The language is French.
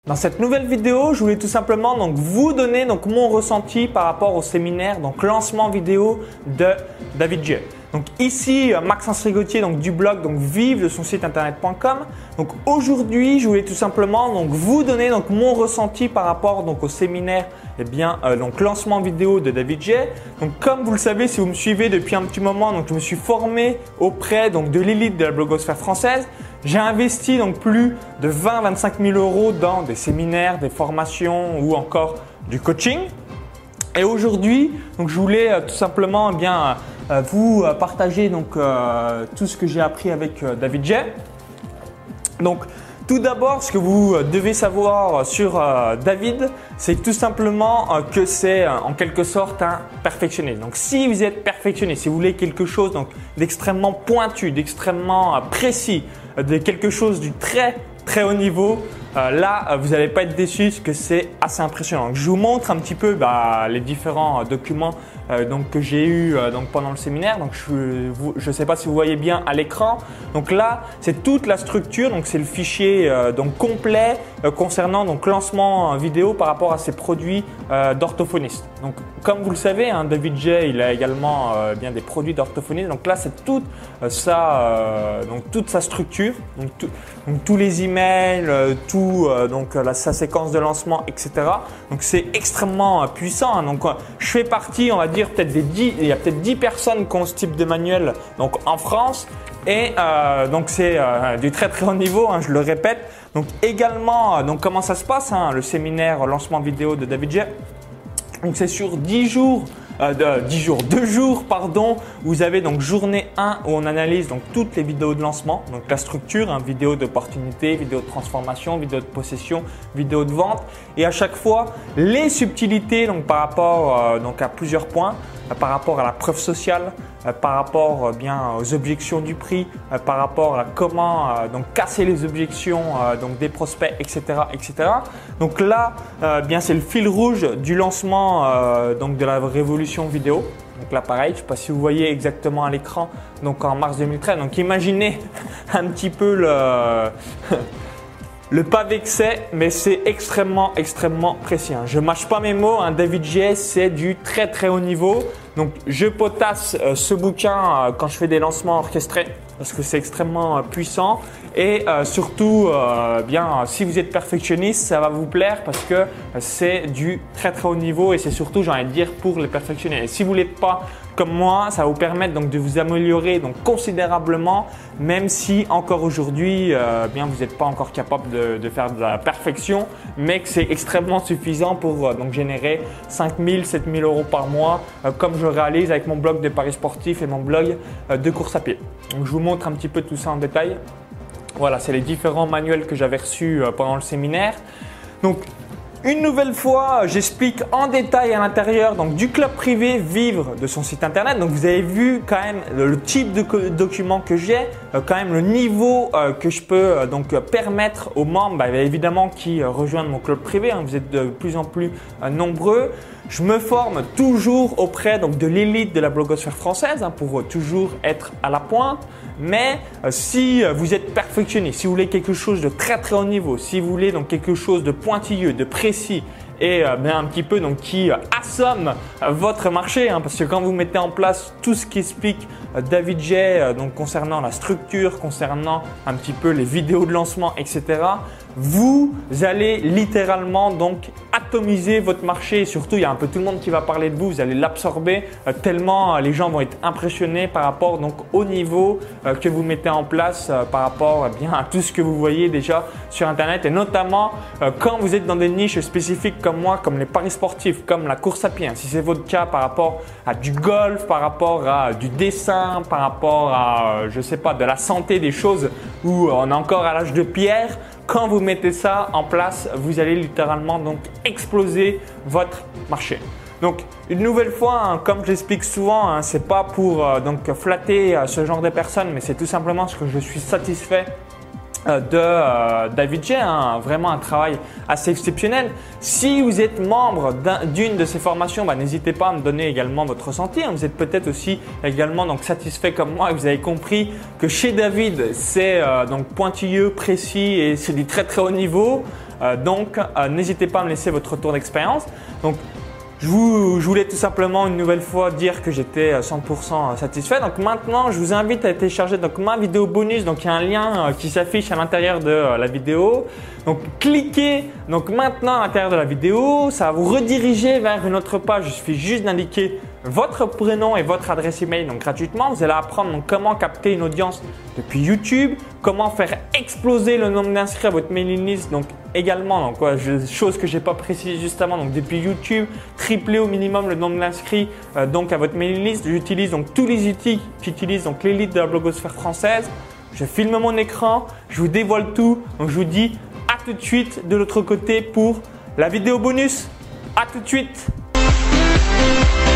Dans cette nouvelle vidéo, je voulais tout simplement vous donner mon ressenti par rapport au séminaire lancement vidéo de David J. Donc ici Maxence Rigotier du blog vive de son site internet.com. Donc aujourd'hui, je voulais tout simplement vous donner mon ressenti par rapport au séminaire lancement vidéo de David J. Donc comme vous le savez, si vous me suivez depuis un petit moment, je me suis formé auprès de l'élite de la blogosphère française. J'ai investi plus de 20-25 000 euros dans des séminaires, des formations ou encore du coaching. Et aujourd'hui, je voulais tout simplement vous partager tout ce que j'ai appris avec David J. Donc, tout d'abord, ce que vous devez savoir sur David, c'est tout simplement que c'est en quelque sorte un perfectionniste. Donc, si vous êtes perfectionniste, si vous voulez quelque chose d'extrêmement pointu, d'extrêmement précis, de quelque chose du très haut niveau, là, vous n'allez pas être déçu parce que c'est assez impressionnant. Donc, je vous montre un petit peu les différents documents que j'ai eu pendant le séminaire. Donc, je ne sais pas si vous voyez bien à l'écran. Donc là, c'est toute la structure. Donc, c'est le fichier complet concernant lancement vidéo par rapport à ses produits d'orthophoniste. Donc, comme vous le savez, David J, il a également des produits d'orthophoniste. Donc là, c'est toute sa structure. Donc, tous les emails, sa séquence de lancement, etc. Donc, c'est extrêmement puissant. Donc, je fais partie, on va dire, il y a peut-être 10 personnes qui ont ce type de manuel en France. Et c'est du très haut niveau, je le répète. Donc, également, comment ça se passe, le séminaire lancement vidéo de David J. Donc, c'est sur 2 jours, vous avez journée 1 où on analyse toutes les vidéos de lancement, donc la structure, vidéo d'opportunité, vidéo de transformation, vidéo de possession, vidéo de vente, et à chaque fois les subtilités par rapport à plusieurs points, par rapport à la preuve sociale, par rapport aux objections du prix, par rapport à comment casser les objections des prospects, etc., etc. Donc là, c'est le fil rouge du lancement de la révolution vidéo. Donc là, pareil, je ne sais pas si vous voyez exactement à l'écran, en mars 2013. Donc imaginez un petit peu le pavé que c'est, mais c'est extrêmement précis. Je ne mâche pas mes mots. David J, c'est du très haut niveau. Donc, je potasse ce bouquin quand je fais des lancements orchestrés parce que c'est extrêmement puissant. Et surtout, si vous êtes perfectionniste, ça va vous plaire parce que c'est du très haut niveau et c'est surtout, j'ai envie de dire, pour les perfectionnistes. Et si vous ne l'êtes pas comme moi, ça va vous permettre de vous améliorer considérablement, même si encore aujourd'hui, vous n'êtes pas encore capable de faire de la perfection, mais que c'est extrêmement suffisant pour générer 5 000, 7 000 euros par mois, comme je réalise avec mon blog de paris sportifs et mon blog de course à pied. Donc, je vous montre un petit peu tout ça en détail. Voilà, c'est les différents manuels que j'avais reçus pendant le séminaire. Donc, une nouvelle fois, j'explique en détail à l'intérieur du club privé vivre de son site internet. Donc, vous avez vu quand même le type de document que j'ai, quand même le niveau que je peux permettre aux membres, évidemment, qui rejoignent mon club privé. Vous êtes de plus en plus nombreux. Je me forme toujours auprès de l'élite de la blogosphère française pour toujours être à la pointe. Mais si vous êtes perfectionniste, si vous voulez quelque chose de très haut niveau, si vous voulez quelque chose de pointilleux, de précis et un petit peu qui assomme votre marché, parce que quand vous mettez en place tout ce qu'explique David J concernant la structure, concernant un petit peu les vidéos de lancement, etc., vous allez littéralement atomiser votre marché et surtout il y a un peu tout le monde qui va parler de vous, vous allez l'absorber tellement les gens vont être impressionnés par rapport au niveau que vous mettez en place par rapport à tout ce que vous voyez déjà sur internet et notamment quand vous êtes dans des niches spécifiques comme moi, comme les paris sportifs, comme la course à pied. Si c'est votre cas par rapport à du golf, par rapport à du dessin, par rapport à de la santé, des choses où on est encore à l'âge de pierre. Quand vous mettez ça en place, vous allez littéralement exploser votre marché. Donc, une nouvelle fois, comme je l'explique souvent, ce n'est pas pour flatter ce genre de personnes, mais c'est tout simplement parce que je suis satisfait de David J, vraiment un travail assez exceptionnel. Si vous êtes membre d'une de ces formations, n'hésitez pas à me donner également votre ressenti. Vous êtes peut-être aussi également satisfait comme moi et vous avez compris que chez David, c'est pointilleux, précis et c'est du très haut niveau. Donc, n'hésitez pas à me laisser votre retour d'expérience. Donc, je voulais tout simplement une nouvelle fois dire que j'étais 100% satisfait. Donc maintenant, je vous invite à télécharger ma vidéo bonus. Donc il y a un lien qui s'affiche à l'intérieur de la vidéo. Donc cliquez maintenant à l'intérieur de la vidéo. Ça va vous rediriger vers une autre page. Il suffit juste d'indiquer votre prénom et votre adresse email gratuitement. Vous allez apprendre comment capter une audience depuis YouTube, comment faire exploser le nombre d'inscrits à votre mailing list. Donc également, chose que je n'ai pas précisé juste avant, depuis YouTube, tripler au minimum le nombre d'inscrits à votre mailing list. J'utilise tous les outils qu'utilise l'élite de la blogosphère française. Je filme mon écran, je vous dévoile tout. Donc je vous dis à tout de suite de l'autre côté pour la vidéo bonus. À tout de suite.